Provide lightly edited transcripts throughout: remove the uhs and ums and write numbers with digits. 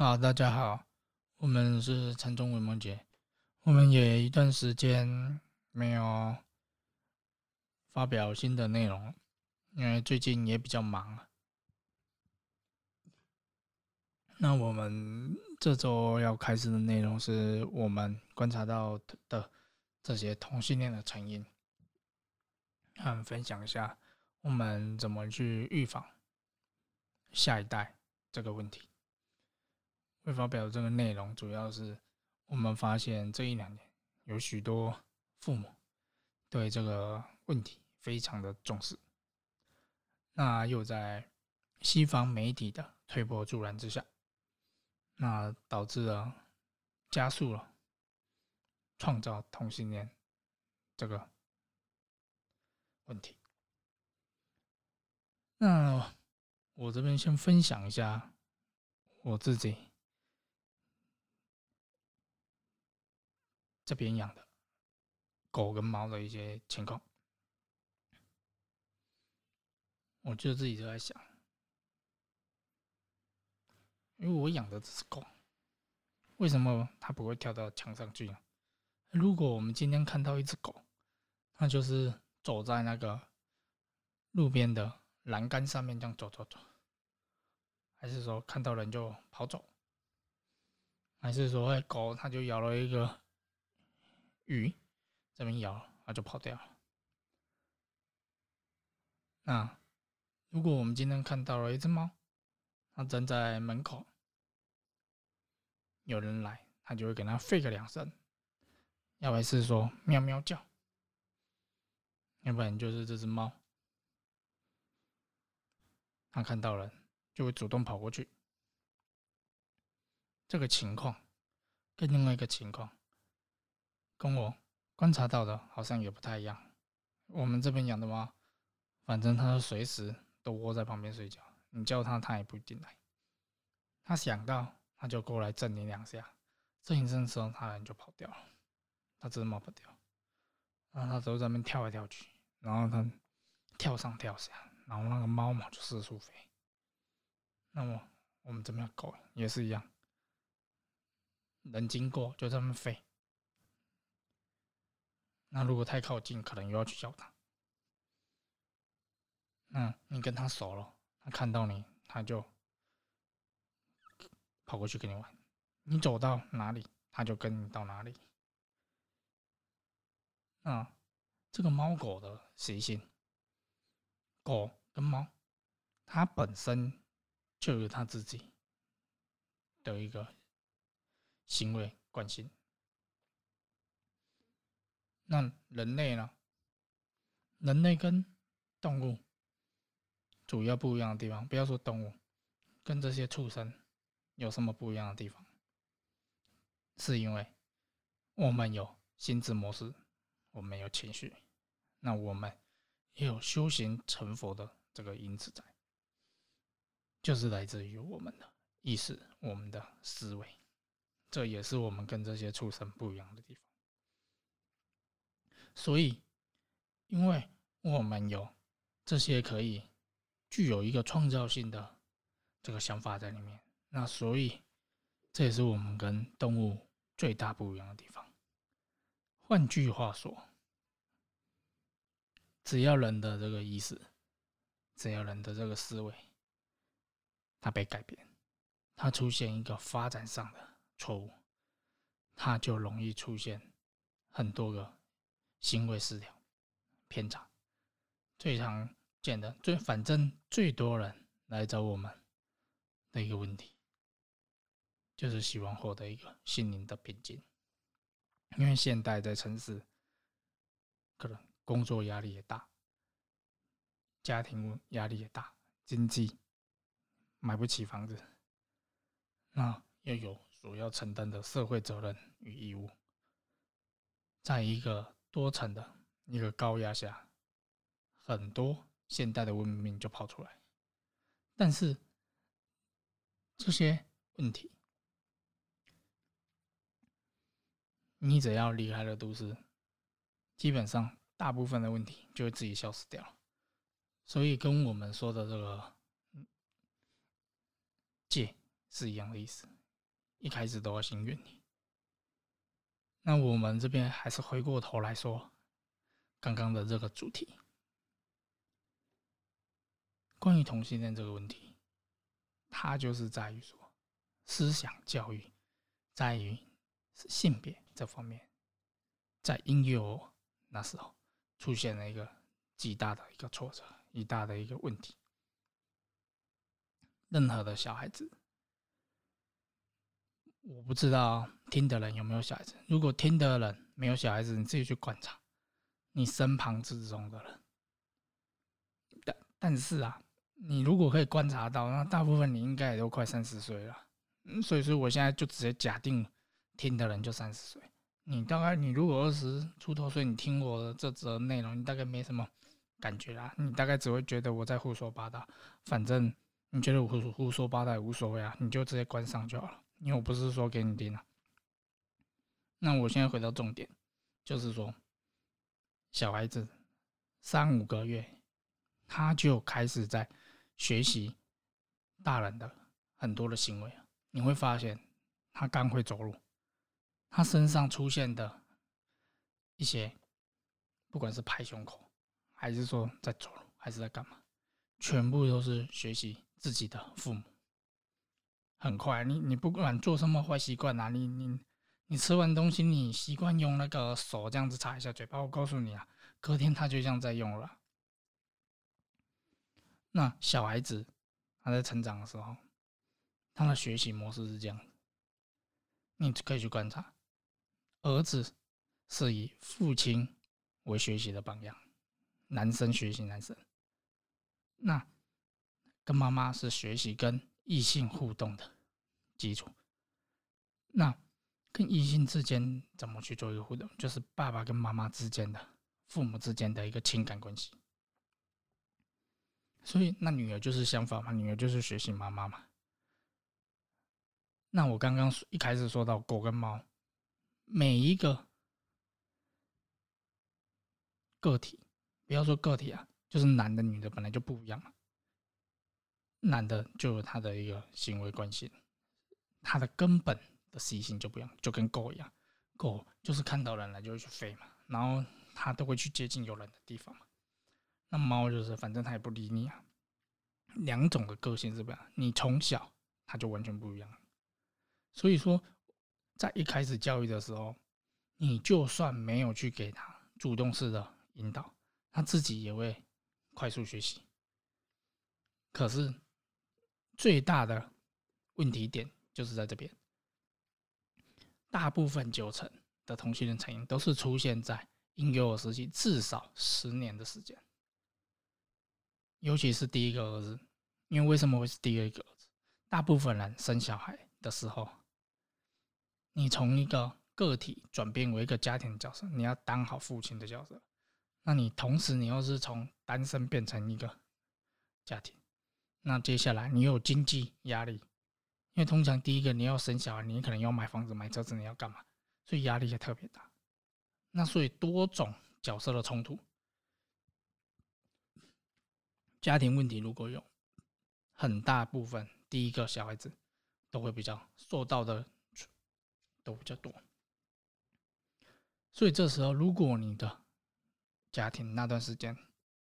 好，大家好，我们是禅宗文梦节，我们也一段时间没有发表新的内容，因为最近也比较忙。那我们这周要开始的内容是我们观察到的这些同性恋的成因，分享一下我们怎么去预防下一代这个问题。会发表这个内容，主要是我们发现这1-2年有许多父母对这个问题非常的重视，那又在西方媒体的推波助澜之下，那导致了加速了创造同性恋这个问题。那我这边先分享一下我自己这边养的狗跟猫的一些情况。我就自己就在想，因为我养的这只狗，为什么它不会跳到墙上去呢？如果我们今天看到一只狗，它就是走在那个路边的栏杆上面这样走，还是说看到人就跑走，还是说狗它就咬了一个鱼，这边咬它就跑掉了？那如果我们今天看到了一只猫，它站在门口，有人来，它就会给它吠个2声，要不然是说喵喵叫，要不然就是这只猫它看到人就会主动跑过去。这个情况跟另外一个情况跟我观察到的好像也不太一样。我们这边养的猫，反正它随时都窝在旁边睡觉，你叫它它也不一定来，它想到它就过来震你2下，震一震之后它人就跑掉了，它这只猫跑掉，然后它都在那边跳来跳去，然后它跳上跳下，然后那个猫毛就四处飞。那么我们这边的狗也是一样，人经过就在那边飞，那如果太靠近，可能又要去叫它。那你跟它熟了，它看到你，它就跑过去跟你玩，你走到哪里，它就跟你到哪里。那这个猫狗的习性，狗跟猫，它本身就有它自己的一个行为惯性。那人类呢？人类跟动物主要不一样的地方，不要说动物，跟这些畜生有什么不一样的地方？是因为我们有心智模式，我们有情绪，那我们也有修行成佛的这个因子在，就是来自于我们的意识，我们的思维，这也是我们跟这些畜生不一样的地方。所以因为我们有这些可以具有一个创造性的这个想法在里面，那所以这也是我们跟动物最大不一样的地方。换句话说，只要人的这个意识，只要人的这个思维它被改变，它出现一个发展上的错误，它就容易出现很多个行为失调、偏差。最常见的，反正最多人来找我们的一个问题，就是希望获得一个心灵的平静。因为现代在城市，可能工作压力也大，家庭压力也大，经济买不起房子，那又有所要承担的社会责任与义务，在一个多层的一个高压下，很多现代的文明就跑出来。但是这些问题，你只要离开了都市，基本上大部分的问题就会自己消失掉了。所以跟我们说的这个戒是一样的意思， 一开始都要先远离。那我们这边还是回过头来说刚刚的这个主题，关于同性恋这个问题，它就是在于说思想教育在于性别这方面，在婴幼儿那时候出现了一个极大的一个挫折，极大的一个问题。任何的小孩子，我不知道听的人有没有小孩子，如果听的人没有小孩子，你自己去观察你身旁之中的人。但是啊，你如果可以观察到，那大部分你应该也都快30岁了。所以说我现在就直接假定听的人就30岁。你如果20出头岁，你听我的这则内容，你大概没什么感觉啦，你大概只会觉得我在胡说八道。反正你觉得我胡说八道也无所谓啊，你就直接关上就好了，因为我不是说给你听啊。那我现在回到重点，就是说小孩子3、5个月，他就开始在学习大人的很多的行为。你会发现他刚会走路，他身上出现的一些，不管是拍胸口，还是说在走路，还是在干嘛，全部都是学习自己的父母。很快，你不管做什么坏习惯啊，你吃完东西，你习惯用那个手这样子擦一下嘴巴，我告诉你啊，隔天他就这样在用了。那小孩子他在成长的时候，他的学习模式是这样，你可以去观察。儿子是以父亲为学习的榜样，男生学习男生。那跟妈妈是学习跟异性互动的基础。那跟异性之间怎么去做一个互动，就是爸爸跟妈妈之间的、父母之间的一个情感关系。所以那女儿就是相反嘛，女儿就是学习妈妈嘛。那我刚刚一开始说到狗跟猫，每一个个体，不要说个体啊，就是男的女的本来就不一样嘛。男的就有他的一个行为惯性，他的根本的习性就不一样，就跟狗一样，狗就是看到人了就会去飞嘛，然后它都会去接近有人的地方嘛。那猫就是反正它也不理你啊。两种的个性是不一样，你从小它就完全不一样。所以说，在一开始教育的时候，你就算没有去给他主动式的引导，他自己也会快速学习。可是最大的问题点就是在这边，大部分90%的同性恋成因都是出现在婴幼儿时期，至少10年的时间。尤其是第一个儿子，因为为什么会是第一个儿子？大部分人生小孩的时候，你从一个个体转变为一个家庭的角色，你要当好父亲的角色。那你同时你又是从单身变成一个家庭，那接下来你有经济压力，因为通常第一个你要生小孩，你可能要买房子、买车子，你要干嘛？所以压力也特别大。那所以多种角色的冲突，家庭问题如果有很大部分，第一个小孩子都会比较受到的都比较多。所以这时候，如果你的家庭那段时间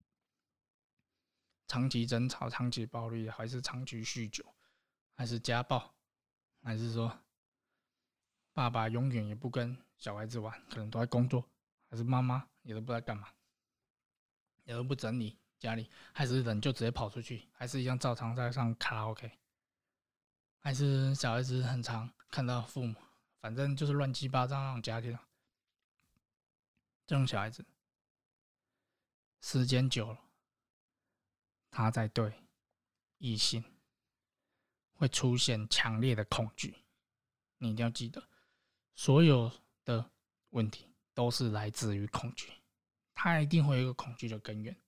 长期争吵、长期暴力，还是长期酗酒，还是家暴，还是说爸爸永远也不跟小孩子玩，可能都在工作，还是妈妈也都不知道干嘛，也都不整理家里，还是人就直接跑出去，还是一样照常在上卡拉 OK， 还是小孩子很常看到父母，反正就是乱七八糟那种家庭。这种小孩子时间久了，他在对异性会出现强烈的恐惧。你一定要记得，所有的问题都是来自于恐惧，他一定会有一个恐惧的根源。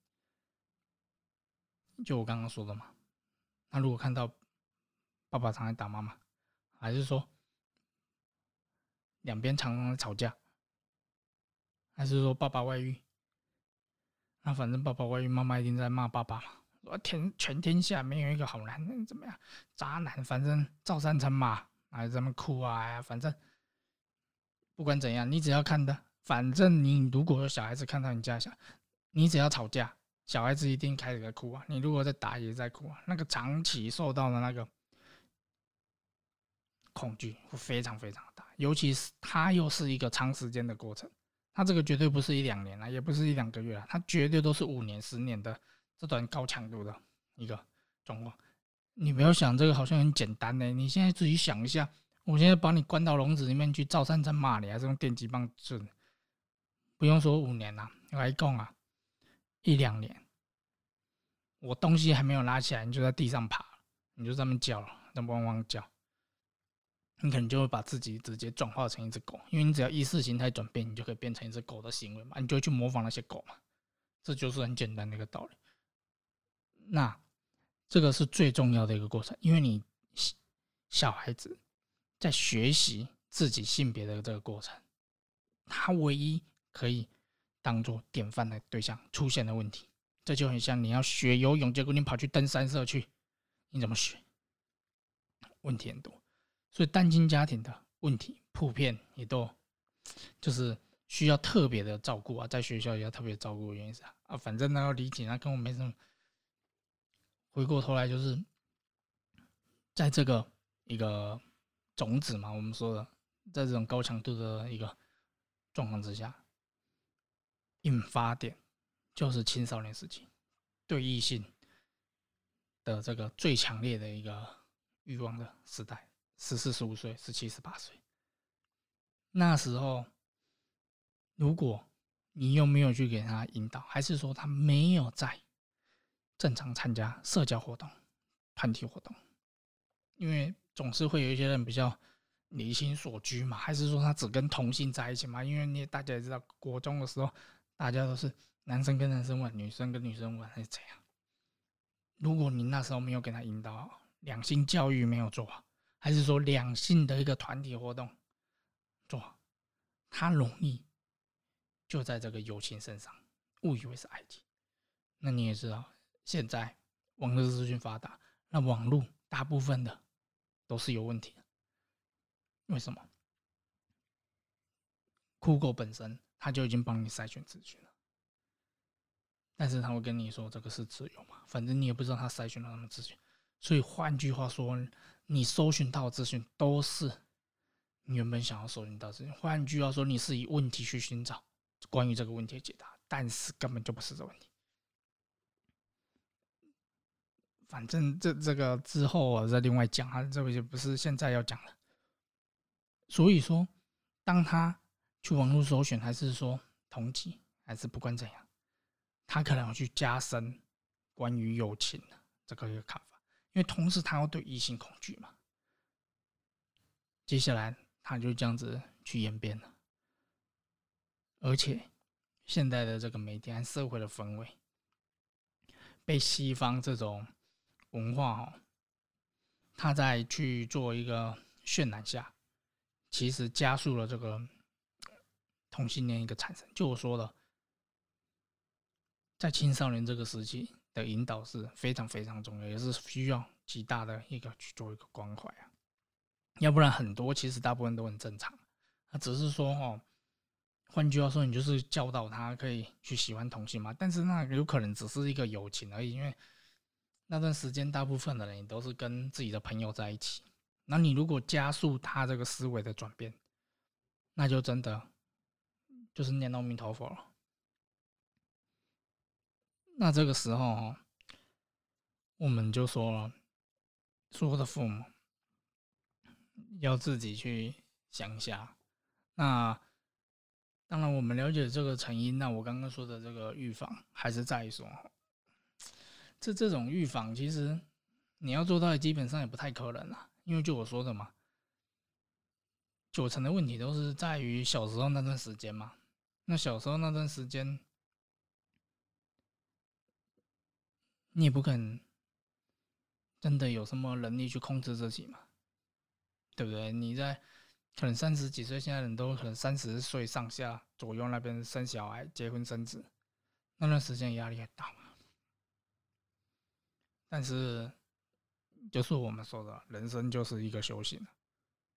就我刚刚说的嘛，那如果看到爸爸常在打妈妈，还是说两边常常在吵架，还是说爸爸外遇，那反正爸爸外遇，妈妈一定在骂爸爸嘛，说全天下没有一个好男人，怎么样，渣男，反正照三餐骂， 还在那边哭啊，反正不管怎样，你只要看到，反正你如果有小孩子看到你家小孩，你只要吵架，小孩子一定开始在哭啊。你如果在打也在哭啊，那个长期受到的那个恐惧会非常非常大，尤其是它又是一个长时间的过程，它这个绝对不是1-2年啊，也不是1-2个月啊，它绝对都是5年、10年的这段高强度的一个状况。你不要想这个好像很简单呢，你现在自己想一下，我现在把你关到笼子里面去，赵三在骂你，还是用电击棒治你？不用说5年啊，我来讲啊，1-2年，我东西还没有拿起来，你就在地上爬，你就在那边叫了，在汪汪叫。你可能就会把自己直接转化成一只狗，因为你只要意识形态转变，你就可以变成一只狗的行为嘛，你就会去模仿那些狗嘛，这就是很简单的一个道理。那这个是最重要的一个过程，因为你小孩子在学习自己性别的这个过程，他唯一可以当做典范的对象出现的问题，这就很像你要学游泳，结果你跑去登山社去，你怎么学？问题很多。所以单亲家庭的问题普遍也都就是需要特别的照顾啊，在学校也要特别照顾的原因是反正要理解，那跟我没什么。回过头来就是在这个一个种子嘛，我们说的，在这种高强度的一个状况之下，引发点就是青少年时期对异性的这个最强烈的一个欲望的时代。14、15岁、17、18岁，那时候，如果你又没有去给他引导，还是说他没有在正常参加社交活动、团体活动，因为总是会有一些人比较离心所居嘛，还是说他只跟同性在一起嘛？因为大家也知道，国中的时候大家都是男生跟男生玩，女生跟女生玩，还是怎样？如果你那时候没有给他引导，两性教育没有做好，还是说两性的一个团体活动做好，他容易就在这个友情身上误以为是爱情。那你也知道，现在网络资讯发达，那网络大部分的都是有问题的。为什么？酷狗本身它就已经帮你筛选资讯了，但是他会跟你说这个是自由嘛，反正你也不知道他筛选了什么资讯。所以换句话说，你搜寻到的资讯都是你原本想要搜寻到的资讯。换句话说，你是以问题去寻找关于这个问题的解答，但是根本就不是这个问题。反正这个之后我再另外讲啊，这个就不是现在要讲的。所以说，当他去网络搜寻，还是说统计，还是不管怎样，他可能要去加深关于友情的这个一个看法。因为同时他要对异性恐惧嘛，接下来他就这样子去演变了。而且现在的这个媒体和社会的氛围，被西方这种文化他在去做一个渲染下，其实加速了这个同性恋一个产生。就我说的，在青少年这个时期的引导是非常非常重要，也是需要极大的一个去做一个关怀啊。要不然很多其实大部分都很正常，他只是说换句话说，你就是教导他可以去喜欢同性嘛，但是那有可能只是一个友情而已，因为那段时间大部分的人也都是跟自己的朋友在一起。那你如果加速他这个思维的转变，那就真的就是念阿弥陀佛了。那这个时候我们就说了，所有的父母要自己去想一下。那当然我们了解这个成因，那我刚刚说的这个预防还是在于说，这种预防其实你要做到基本上也不太可能啦，因为就我说的嘛，90%的问题都是在于小时候那段时间嘛。那小时候那段时间，你也不可能真的有什么能力去控制自己嘛，对不对？你在可能30几岁，现在人都可能30岁上下左右那边生小孩、结婚生子，那段时间压力很大嘛。但是就是我们说的，人生就是一个修行，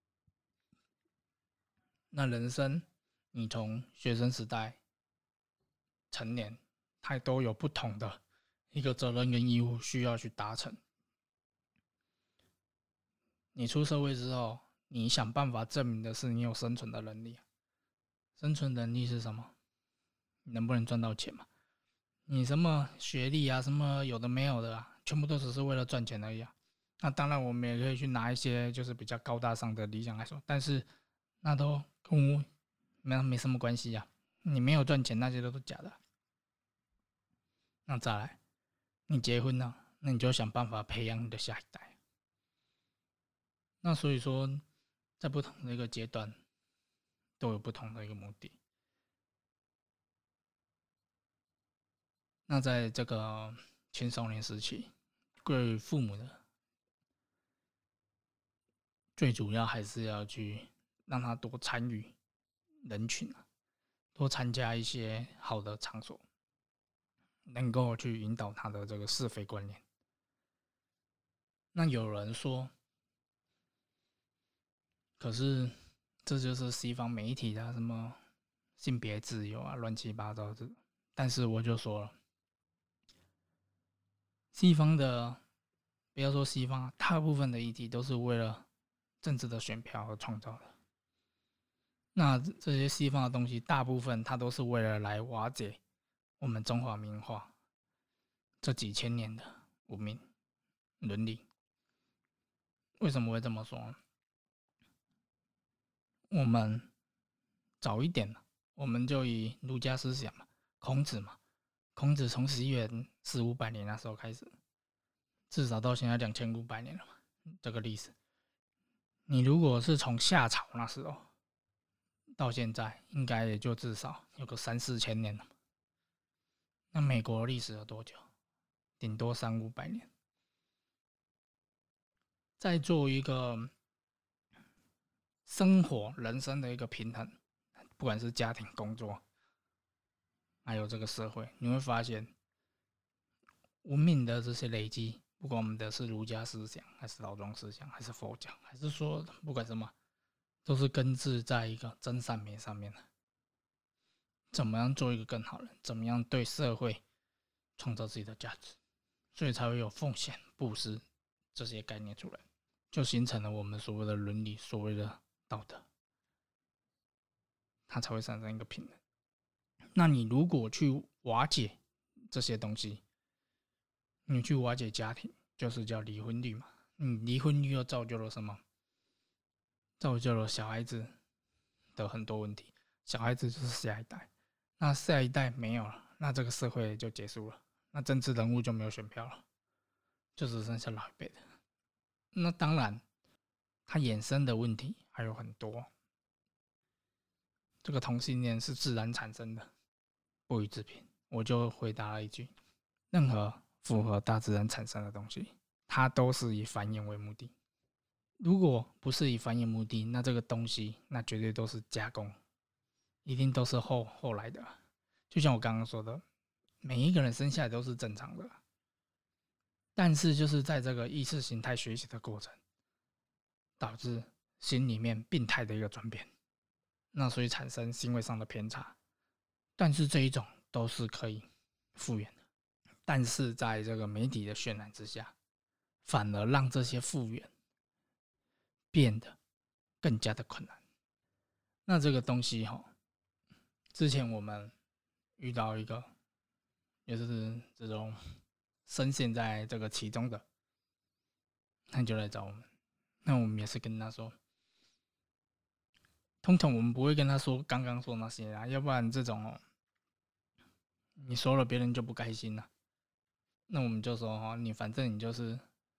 那人生，你从学生时代、成年，它都有不同的一个责任跟义务需要去达成。你出社会之后，你想办法证明的是你有生存的能力。生存能力是什么？你能不能赚到钱嘛？你什么学历啊，什么有的没有的啊，全部都只是为了赚钱而已啊。那当然，我们也可以去拿一些就是比较高大上的理想来说，但是那都跟我没什么关系啊。你没有赚钱，那些都是假的。那再来，你结婚了，那你就想办法培养你的下一代。那所以说，在不同的一个阶段，都有不同的一个目的。那在这个青少年时期，对父母的最主要还是要去让他多参与人群，多参加一些好的场所，能够去引导他的这个是非观念。那有人说，可是这就是西方媒体的什么性别自由啊，乱七八糟的。但是我就说了，西方的，不要说西方，大部分的议题都是为了政治的选票而创造的。那这些西方的东西，大部分它都是为了来瓦解我们中华民化这几千年的文明伦理。为什么会这么说呢？我们早一点，我们就以儒家思想嘛，孔子嘛，孔子从西元400-500年那时候开始，至少到现在2500年了嘛，这个历史。你如果是从夏朝那时候到现在，应该也就至少有个3-4千年了。那美国的历史有多久？顶多300-500年。再做一个生活人生的一个平衡，不管是家庭、工作，还有这个社会，你会发现文明的这些累积，不管我们的是儒家思想，还是老庄思想，还是佛教，还是说不管什么，都是根植在一个真善美上面的。怎么样做一个更好人？怎么样对社会创造自己的价值？所以才会有奉献、布施这些概念出来，就形成了我们所谓的伦理、所谓的道德，它才会产生一个平衡。那你如果去瓦解这些东西，你去瓦解家庭，就是叫离婚率嘛。离婚率又造就了什么？造就了小孩子的很多问题。小孩子就是下一代，那下一代没有了，那这个社会就结束了，那政治人物就没有选票了，就只剩下老一辈的。那当然，它衍生的问题还有很多。这个同性恋是自然产生的，不予置评。我就回答了一句：任何符合大自然产生的东西，它都是以繁衍为目的。如果不是以繁衍目的，那这个东西那绝对都是加工，一定都是后来的。就像我刚刚说的，每一个人生下来都是正常的，但是就是在这个意识形态学习的过程，导致心里面病态的一个转变，那所以产生行为上的偏差。但是这一种都是可以复原的，但是在这个媒体的渲染之下，反而让这些复原变得更加的困难。那这个东西之前我们遇到一个也就是这种深陷在这个其中的，他就来找我们，那我们也是跟他说，通常我们不会跟他说刚刚说那些啊，要不然这种你说了别人就不开心了。那我们就说你反正你就是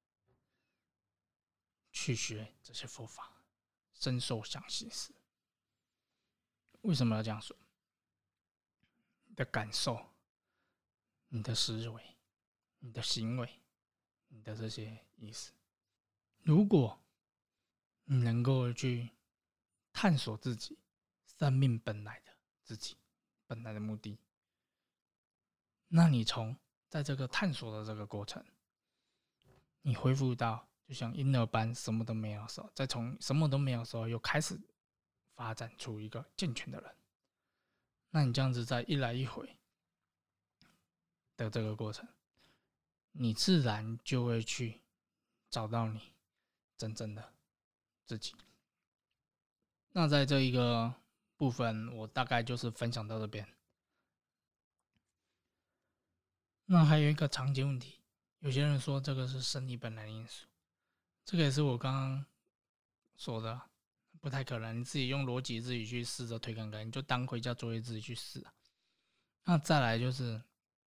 去学这些佛法，深受想行识。为什么要这样说？你的感受、你的思维、你的行为、你的这些意思，如果你能够去探索自己生命本来的自己本来的目的，那你从在这个探索的这个过程，你恢复到就像婴儿般什么都没有的时候，再从什么都没有的时候又开始发展出一个健全的人。那你这样子在一来一回的这个过程，你自然就会去找到你真正的自己。那在这一个部分，我大概就是分享到这边。那还有一个常见问题，有些人说这个是生理本能因素，这个也是我刚刚说的，不太可能。你自己用逻辑自己去试着推看看，你就当回家作业自己去试啊。那再来就是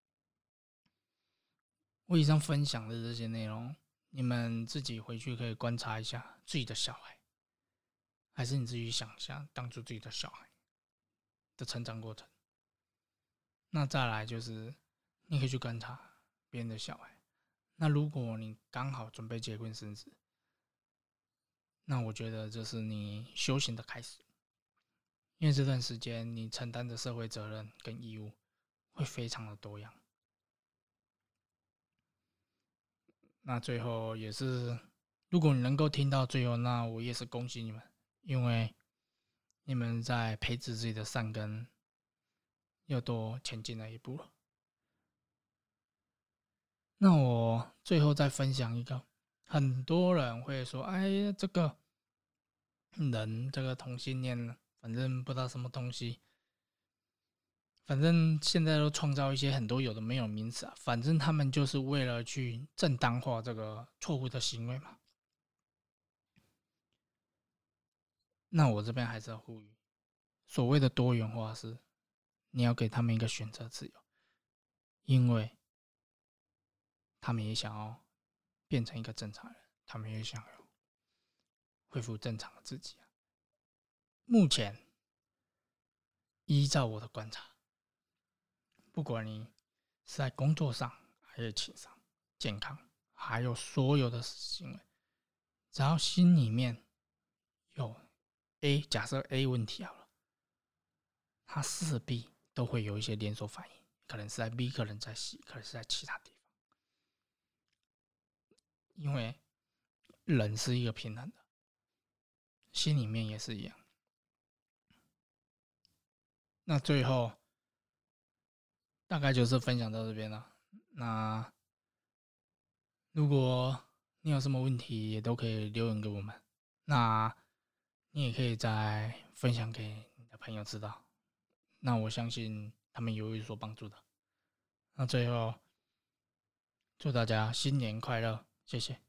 我以上分享的这些内容，你们自己回去可以观察一下自己的小孩，还是你自己想象当初自己的小孩的成长过程。那再来就是你可以去观察别人的小孩。那如果你刚好准备结婚生子，那我觉得这是你修行的开始，因为这段时间你承担的社会责任跟义务会非常的多样。那最后也是，如果你能够听到最后，那我也是恭喜你们，因为你们在培植自己的善根又多前进了一步了。那我最后再分享一个，很多人会说，哎，这个人这个同性恋，反正不知道什么东西，反正现在都创造一些很多有的没有名词啊，反正他们就是为了去正当化这个错误的行为嘛。那我这边还是要呼吁，所谓的多元化是你要给他们一个选择自由，因为他们也想要变成一个正常人，他们也想要恢复正常的自己啊。目前依照我的观察，不管你是在工作上、爱情上、健康，还有所有的行为，只要心里面有 A， 假设 A 问题好了，它势必都会有一些连锁反应，可能是在 B， 可能在 C， 可能是在其他地方。因为人是一个平衡的，心里面也是一样。那最后大概就是分享到这边了。那如果你有什么问题，也都可以留言给我们。那你也可以再分享给你的朋友知道。那我相信他们也会有所帮助的。那最后祝大家新年快乐，谢谢。